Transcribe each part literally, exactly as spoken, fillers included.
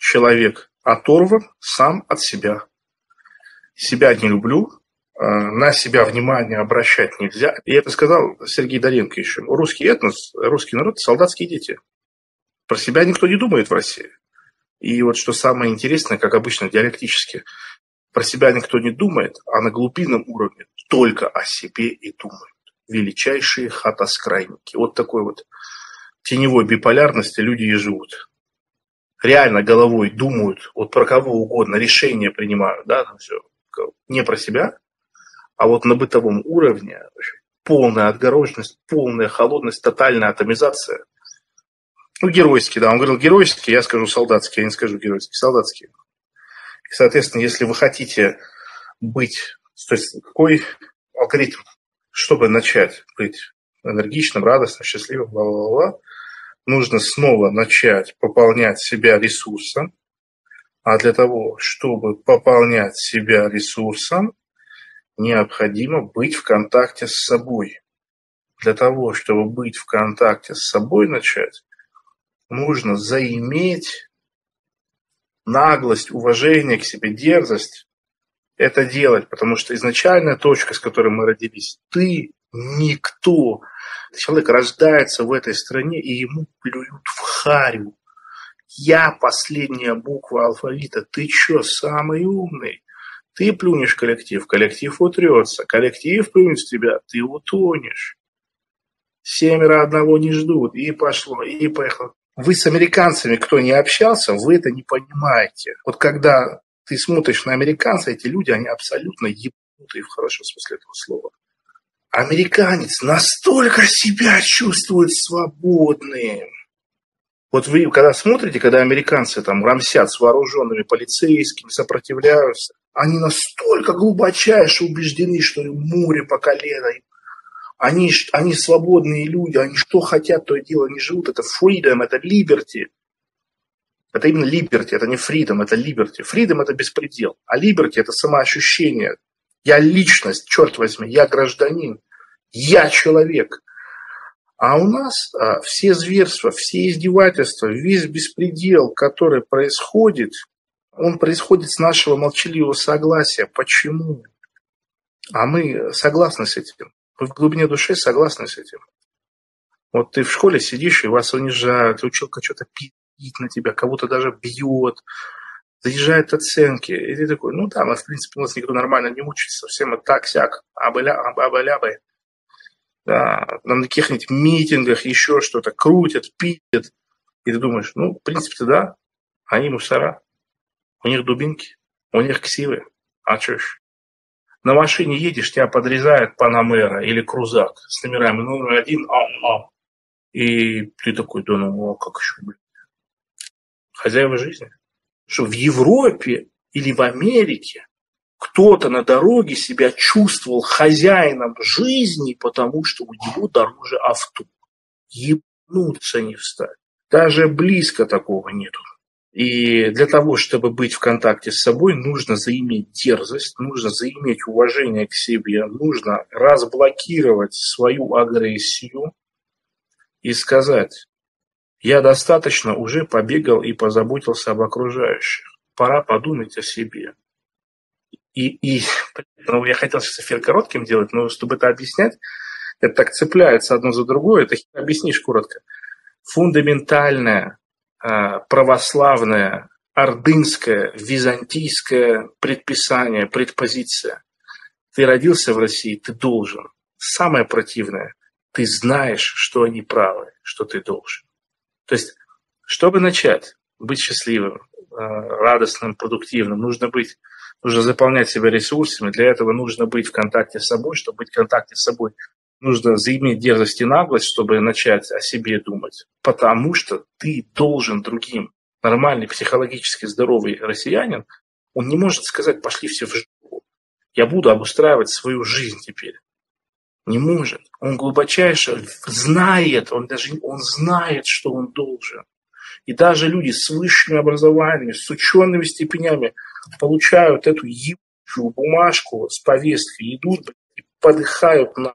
человек оторван сам от себя. Себя не люблю, на себя внимание обращать нельзя. И это сказал Сергей Доренко еще. Русский этнос, русский народ – солдатские дети. Про себя никто не думает в России. И вот что самое интересное, как обычно диалектически, про себя никто не думает, а на глубинном уровне только о себе и думают. Величайшие хатоскрайники. Вот такой вот теневой биполярности люди и живут. Реально головой думают, вот про кого угодно, решения принимают, да, там все, не про себя, а вот на бытовом уровне полная отгороженность, полная холодность, тотальная атомизация. Ну, геройский, да, он говорил геройский, я скажу солдатский, я не скажу геройский, солдатский. И, соответственно, если вы хотите быть, то есть какой алгоритм, чтобы начать быть энергичным, радостным, счастливым, бла-бла-бла, нужно снова начать пополнять себя ресурсом, а для того, чтобы пополнять себя ресурсом, необходимо быть в контакте с собой. Для того, чтобы быть в контакте с собой начать, нужно заиметь наглость, уважение к себе, дерзость это делать, потому что изначальная точка, с которой мы родились, ты никто. Человек рождается в этой стране, и ему плюют в харю. Я последняя буква алфавита. Ты что, самый умный? Ты плюнешь коллектив, коллектив утрется. Коллектив плюнет в тебя, ты утонешь. Семеро одного не ждут. И пошло, и поехало. Вы с американцами, кто не общался, вы это не понимаете. Вот когда ты смотришь на американцев, эти люди, они абсолютно ебанутые в хорошем смысле этого слова. Американец настолько себя чувствует свободным. Вот вы, когда смотрите, когда американцы там рамсят с вооруженными полицейскими, сопротивляются, они настолько глубочайше убеждены, что им море по колено. Они, они свободные люди, они что хотят, то и дело, они живут. Это freedom, это liberty. Это именно liberty, это не freedom, это liberty. Freedom – это беспредел, а liberty – это самоощущение. Я личность, черт возьми, я гражданин, я человек. А у нас а, все зверства, все издевательства, весь беспредел, который происходит, он происходит с нашего молчаливого согласия. Почему? А мы согласны с этим. Вы в глубине души согласны с этим. Вот ты в школе сидишь, и вас унижают, училка что-то пи***ит на тебя, кого-то даже бьет, заезжают оценки. И ты такой, ну да, в принципе, у нас никто нормально не учится, совсем и так-сяк, абы-лябы. Да, на каких-нибудь митингах еще что-то крутят, пиздят. И ты думаешь, ну, в принципе-то да, они мусора, у них дубинки, у них ксивы, а что ж. На машине едешь, тебя подрезает Панамера или Крузак с номерами номер один АА. И ты такой, да ну, а как еще, блин? Хозяева жизни. Что в Европе или в Америке кто-то на дороге себя чувствовал хозяином жизни, потому что у него дороже авто. Ебнуться не встать. Даже близко такого нету. И для того, чтобы быть в контакте с собой, нужно заиметь дерзость, нужно заиметь уважение к себе, нужно разблокировать свою агрессию и сказать, я достаточно уже побегал и позаботился об окружающих. Пора подумать о себе. И, и ну, я хотел сейчас эфир коротким делать, но чтобы это объяснять, это так цепляется одно за другое, это объяснишь коротко. Фундаментальное, православное, ордынское, византийское предписание, предпозиция. Ты родился в России, ты должен. Самое противное, ты знаешь, что они правы, что ты должен. То есть, чтобы начать быть счастливым, радостным, продуктивным, нужно быть, нужно заполнять себя ресурсами. Для этого нужно быть в контакте с собой. Чтобы быть в контакте с собой, нужно заиметь дерзость и наглость, чтобы начать о себе думать. Потому что ты должен другим. Нормальный, психологически здоровый россиянин, он не может сказать, пошли все в жопу. Я буду обустраивать свою жизнь теперь. Не может. Он глубочайше знает, он даже он знает, что он должен. И даже люди с высшими образованиями, с учеными степенями получают эту ебучую бумажку с повесткой, идут и подыхают на.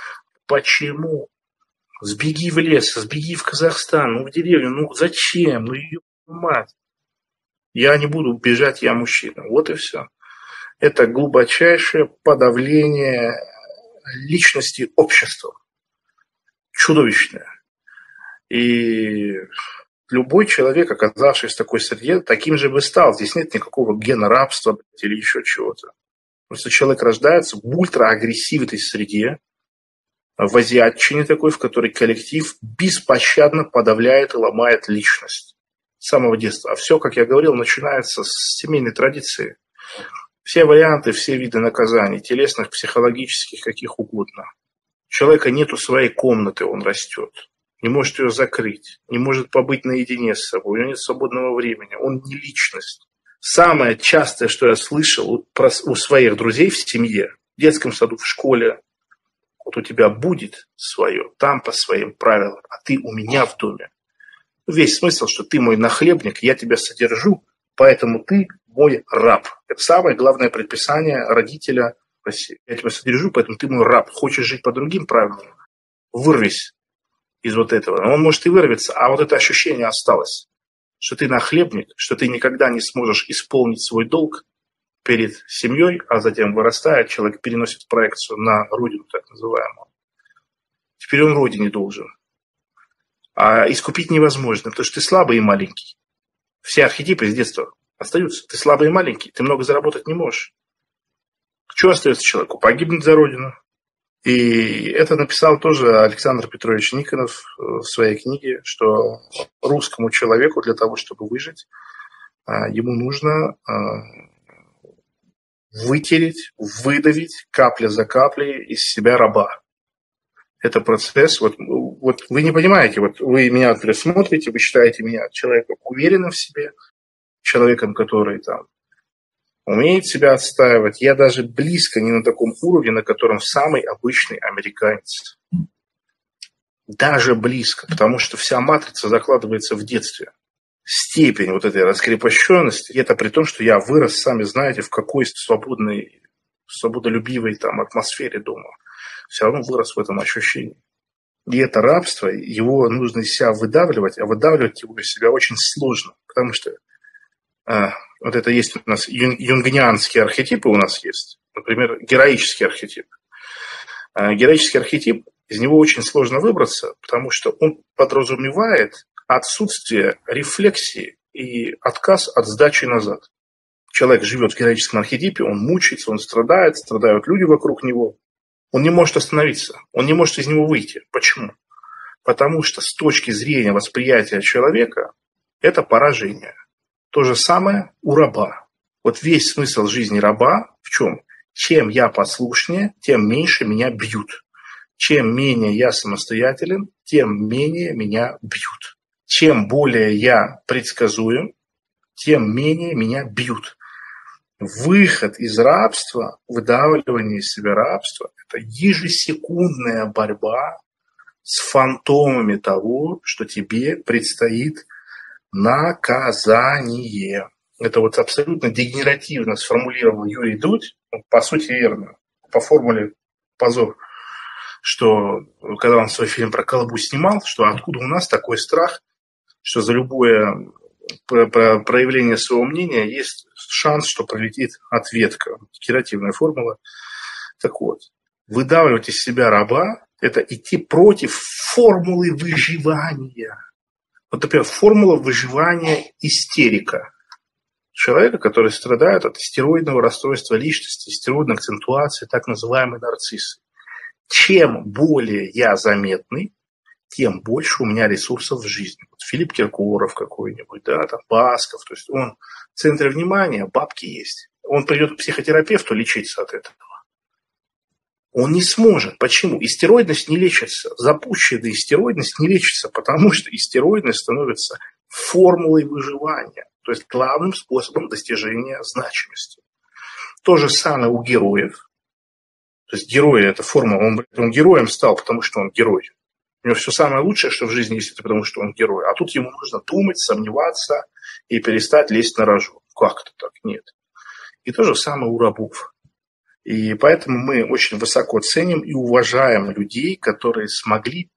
Почему? Сбеги в лес, сбеги в Казахстан, ну в деревню, ну зачем? Ну ее мать. Я не буду бежать, я мужчина. Вот и все. Это глубочайшее подавление личности общества. Чудовищное. И любой человек, оказавшись в такой среде, таким же бы стал. Здесь нет никакого гена рабства или еще чего-то. Просто человек рождается в ультраагрессивной среде, в азиатчине такой, в которой коллектив беспощадно подавляет и ломает личность с самого детства. А все, как я говорил, начинается с семейной традиции. Все варианты, все виды наказаний, телесных, психологических, каких угодно. У человека нету своей комнаты, он растет. Не может ее закрыть, не может побыть наедине с собой, у него нет свободного времени, он не личность. Самое частое, что я слышал у своих друзей в семье, в детском саду, в школе, вот у тебя будет свое, там по своим правилам, а ты у меня в доме. Весь смысл, что ты мой нахлебник, я тебя содержу, поэтому ты мой раб. Это самое главное предписание родителя в России. Я тебя содержу, поэтому ты мой раб. Хочешь жить по другим правилам? Вырвись из вот этого. Он может и вырвется, а вот это ощущение осталось, что ты нахлебник, что ты никогда не сможешь исполнить свой долг перед семьей, а затем вырастает, человек переносит проекцию на родину, так называемую. Теперь он родине должен. А искупить невозможно, потому что ты слабый и маленький. Все архетипы с детства остаются. Ты слабый и маленький, ты много заработать не можешь. Что остается человеку? Погибнуть за родину. И это написал тоже Александр Петрович Никонов в своей книге, что русскому человеку для того, чтобы выжить, ему нужно вытереть, выдавить капля за каплей из себя раба. Это процесс, вот, вот вы не понимаете, вот вы меня, например, смотрите, вы считаете меня человеком уверенным в себе, человеком, который там умеет себя отстаивать. Я даже близко не на таком уровне, на котором самый обычный американец. Даже близко, потому что вся матрица закладывается в детстве. Степень вот этой раскрепощенности, и это при том, что я вырос, сами знаете, в какой свободной, свободолюбивой там атмосфере дома. Все равно вырос в этом ощущении. И это рабство, его нужно из себя выдавливать, а выдавливать его из себя очень сложно, потому что а, вот это есть у нас юнгнианские архетипы у нас есть, например, героический архетип. А, героический архетип, из него очень сложно выбраться, потому что он подразумевает отсутствие рефлексии и отказ от сдачи назад. Человек живет в героическом архетипе, он мучается, он страдает, страдают люди вокруг него. Он не может остановиться, он не может из него выйти. Почему? Потому что с точки зрения восприятия человека это поражение. То же самое у раба. Вот весь смысл жизни раба в чем? Чем я послушнее, тем меньше меня бьют. Чем менее я самостоятелен, тем менее меня бьют. Чем более я предсказуем, тем менее меня бьют. Выход из рабства, выдавливание из себя рабства – это ежесекундная борьба с фантомами того, что тебе предстоит наказание. Это вот абсолютно дегенеративно сформулировал Юрий Дудь, по сути верно, по формуле позор, что когда он свой фильм про Колыбу снимал, что откуда у нас такой страх, что за любое проявление своего мнения есть шанс, что пролетит ответка. Декоративная формула. Так вот, выдавливать из себя раба – это идти против формулы выживания. Вот, например, формула выживания истерика. Человека, который страдает от истероидного расстройства личности, истероидной акцентуации, так называемой нарциссы. Чем более я заметный, тем больше у меня ресурсов в жизни. Вот Филипп Киркоров какой-нибудь, да, там Басков, то есть он в центре внимания, бабки есть. Он придет к психотерапевту лечиться от этого. Он не сможет. Почему? Истероидность не лечится. Запущенная истероидность не лечится, потому что истероидность становится формулой выживания, то есть главным способом достижения значимости. То же самое у героев. То есть герой – это формула, он, он героем стал, потому что он герой. У него все самое лучшее, что в жизни есть, это потому что он герой. А тут ему нужно думать, сомневаться и перестать лезть на рожу. Как это так? Нет. И то же самое у рабов. И поэтому мы очень высоко ценим и уважаем людей, которые смогли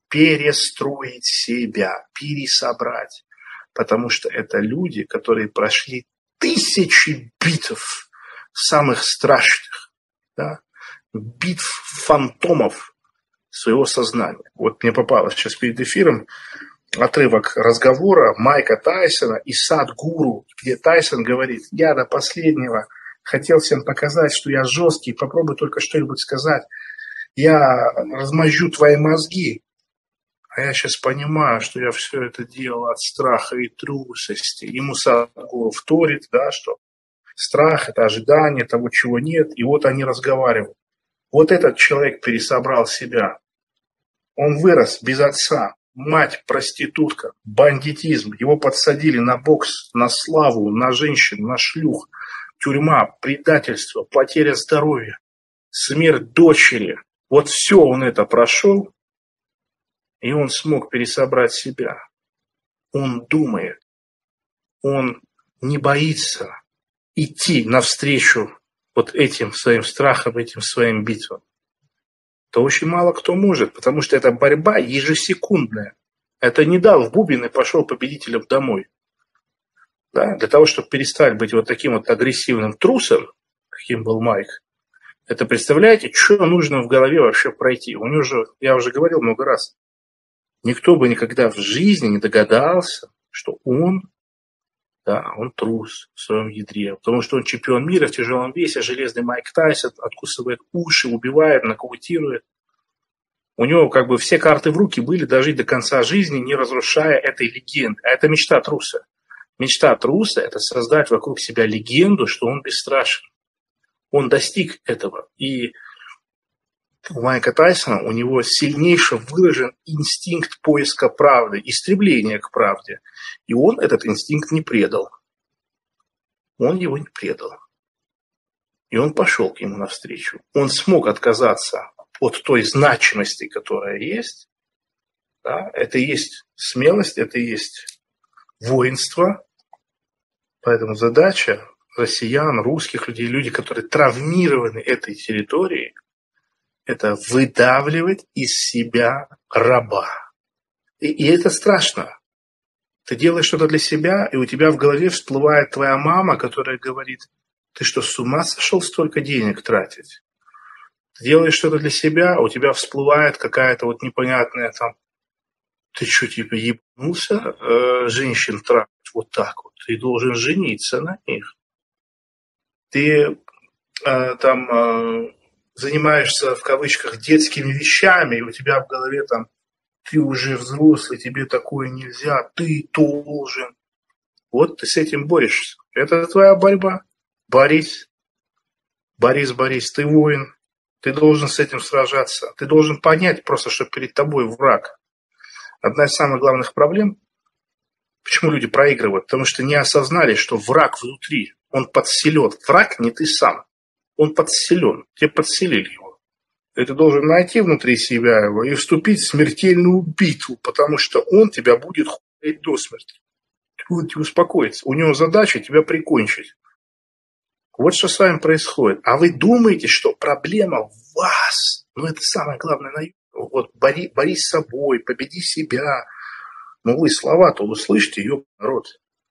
перестроить себя, пересобрать. Потому что это люди, которые прошли тысячи битв самых страшных, да, битв фантомов своего сознания. Вот мне попалось сейчас перед эфиром отрывок разговора Майка Тайсона и Садгуру, где Тайсон говорит: я до последнего хотел всем показать, что я жесткий, попробуй только что-нибудь сказать, я размозжу твои мозги. А я сейчас понимаю, что я все это делал от страха и трусости. Ему Садгуру вторит, да, что страх – это ожидание того, чего нет. И вот они разговаривают. Вот этот человек пересобрал себя. Он вырос без отца. Мать проститутка, бандитизм. Его подсадили на бокс, на славу, на женщин, на шлюх. Тюрьма, предательство, потеря здоровья, смерть дочери. Вот все он это прошел. И он смог пересобрать себя. Он думает. Он не боится идти навстречу вот этим своим страхам, этим своим битвам. То очень мало кто может, потому что это борьба ежесекундная. Это не дал в бубен и пошел победителем домой. Да? Для того, чтобы перестать быть вот таким вот агрессивным трусом, каким был Майк, это представляете, что нужно в голове вообще пройти? У него же, я уже говорил много раз, никто бы никогда в жизни не догадался, что он, да, он трус в своем ядре. Потому что он чемпион мира в тяжелом весе, железный Майк Тайсон, откусывает уши, убивает, нокаутирует. У него как бы все карты в руки были дожить до конца жизни, не разрушая этой легенды. А это мечта труса. Мечта труса – это создать вокруг себя легенду, что он бесстрашен. Он достиг этого. И у Майка Тайсона, у него сильнейше выражен инстинкт поиска правды, истребления к правде. И он этот инстинкт не предал. Он его не предал. И он пошел к нему навстречу. Он смог отказаться от той значимости, которая есть. Да? Это и есть смелость, это и есть воинство. Поэтому задача россиян, русских людей, людей, которые травмированы этой территорией, это выдавливать из себя раба. И, и это страшно. Ты делаешь что-то для себя, и у тебя в голове всплывает твоя мама, которая говорит: ты что, с ума сошел столько денег тратить? Ты делаешь что-то для себя, а у тебя всплывает какая-то вот непонятная там: ты что, типа ебнулся э, женщин тратить вот так вот? Ты должен жениться на них. Ты э, там... Э, занимаешься, в кавычках, детскими вещами, и у тебя в голове там: ты уже взрослый, тебе такое нельзя, ты должен. Вот ты с этим борешься. Это твоя борьба. Борись. Борис, Борис, ты воин. Ты должен с этим сражаться. Ты должен понять просто, что перед тобой враг. Одна из самых главных проблем, почему люди проигрывают, потому что не осознали, что враг внутри, он подселен. Враг не ты сам. Он подселен, тебе подселили его. И ты должен найти внутри себя его и вступить в смертельную битву, потому что он тебя будет хуять до смерти. Ты будешь успокоиться. У него задача тебя прикончить. Вот что с вами происходит. А вы думаете, что проблема в вас? Ну, это самое главное. Вот, бори, борись с собой, победи себя. Но вы слова-то услышьте, ёб народ.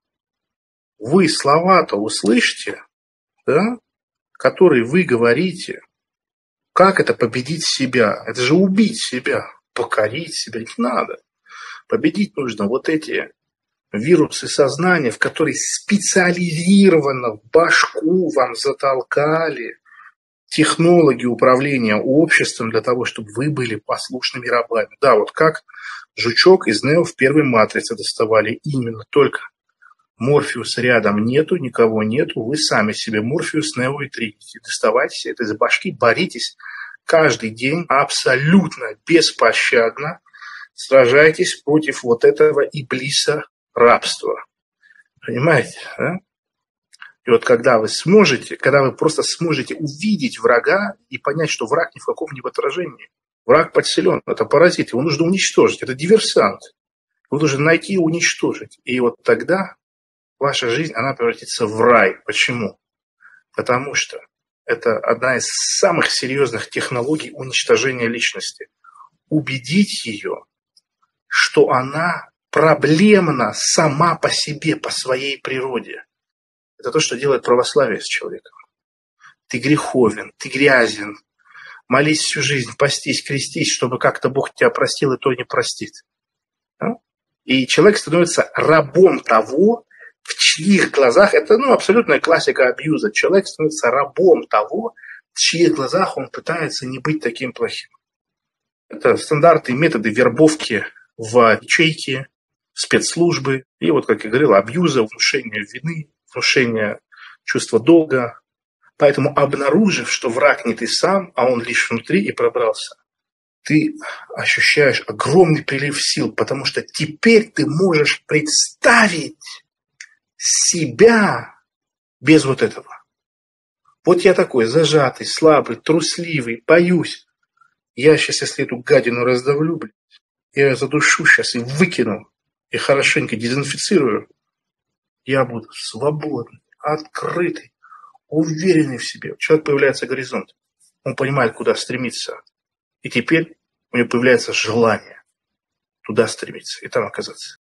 Вы слова-то услышьте, да? Которые вы говорите, как это победить себя? Это же убить себя, покорить себя. Не надо. Победить нужно вот эти вирусы сознания, в которые специализированно в башку вам затолкали технологии управления обществом для того, чтобы вы были послушными рабами. Да, вот как жучок из Нео в первой матрице доставали именно только. Морфеуса рядом нету, никого нету, вы сами себе Морфеус, Нео и Тринити. Доставайте это из башки, боритесь каждый день абсолютно беспощадно, сражайтесь против вот этого иблиса рабства. Понимаете, да? И вот когда вы сможете, когда вы просто сможете увидеть врага и понять, что враг ни в каком не в отражении. Враг подселен, это паразит, его нужно уничтожить, это диверсант. Его нужно найти и уничтожить. И вот тогда ваша жизнь, она превратится в рай. Почему? Потому что это одна из самых серьезных технологий уничтожения личности. Убедить ее, что она проблемна сама по себе, по своей природе. Это то, что делает православие с человеком. Ты греховен, ты грязен. Молись всю жизнь, постись, крестись, чтобы как-то Бог тебя простил, и то не простит. Да? И человек становится рабом того, в чьих глазах, это ну, абсолютная классика абьюза, человек становится рабом того, в чьих глазах он пытается не быть таким плохим. Это стандартные методы вербовки в ячейки, в спецслужбы. И вот, как я говорил, абьюза, внушение вины, внушение чувства долга. Поэтому, обнаружив, что враг не ты сам, а он лишь внутри и пробрался, ты ощущаешь огромный прилив сил, потому что теперь ты можешь представить себя без вот этого. Вот я такой зажатый, слабый, трусливый, боюсь. Я сейчас, если эту гадину раздавлю, блядь, я ее задушу сейчас и выкину, и хорошенько дезинфицирую, я буду свободный, открытый, уверенный в себе. У человека появляется горизонт. Он понимает, куда стремиться. И теперь у него появляется желание туда стремиться и там оказаться.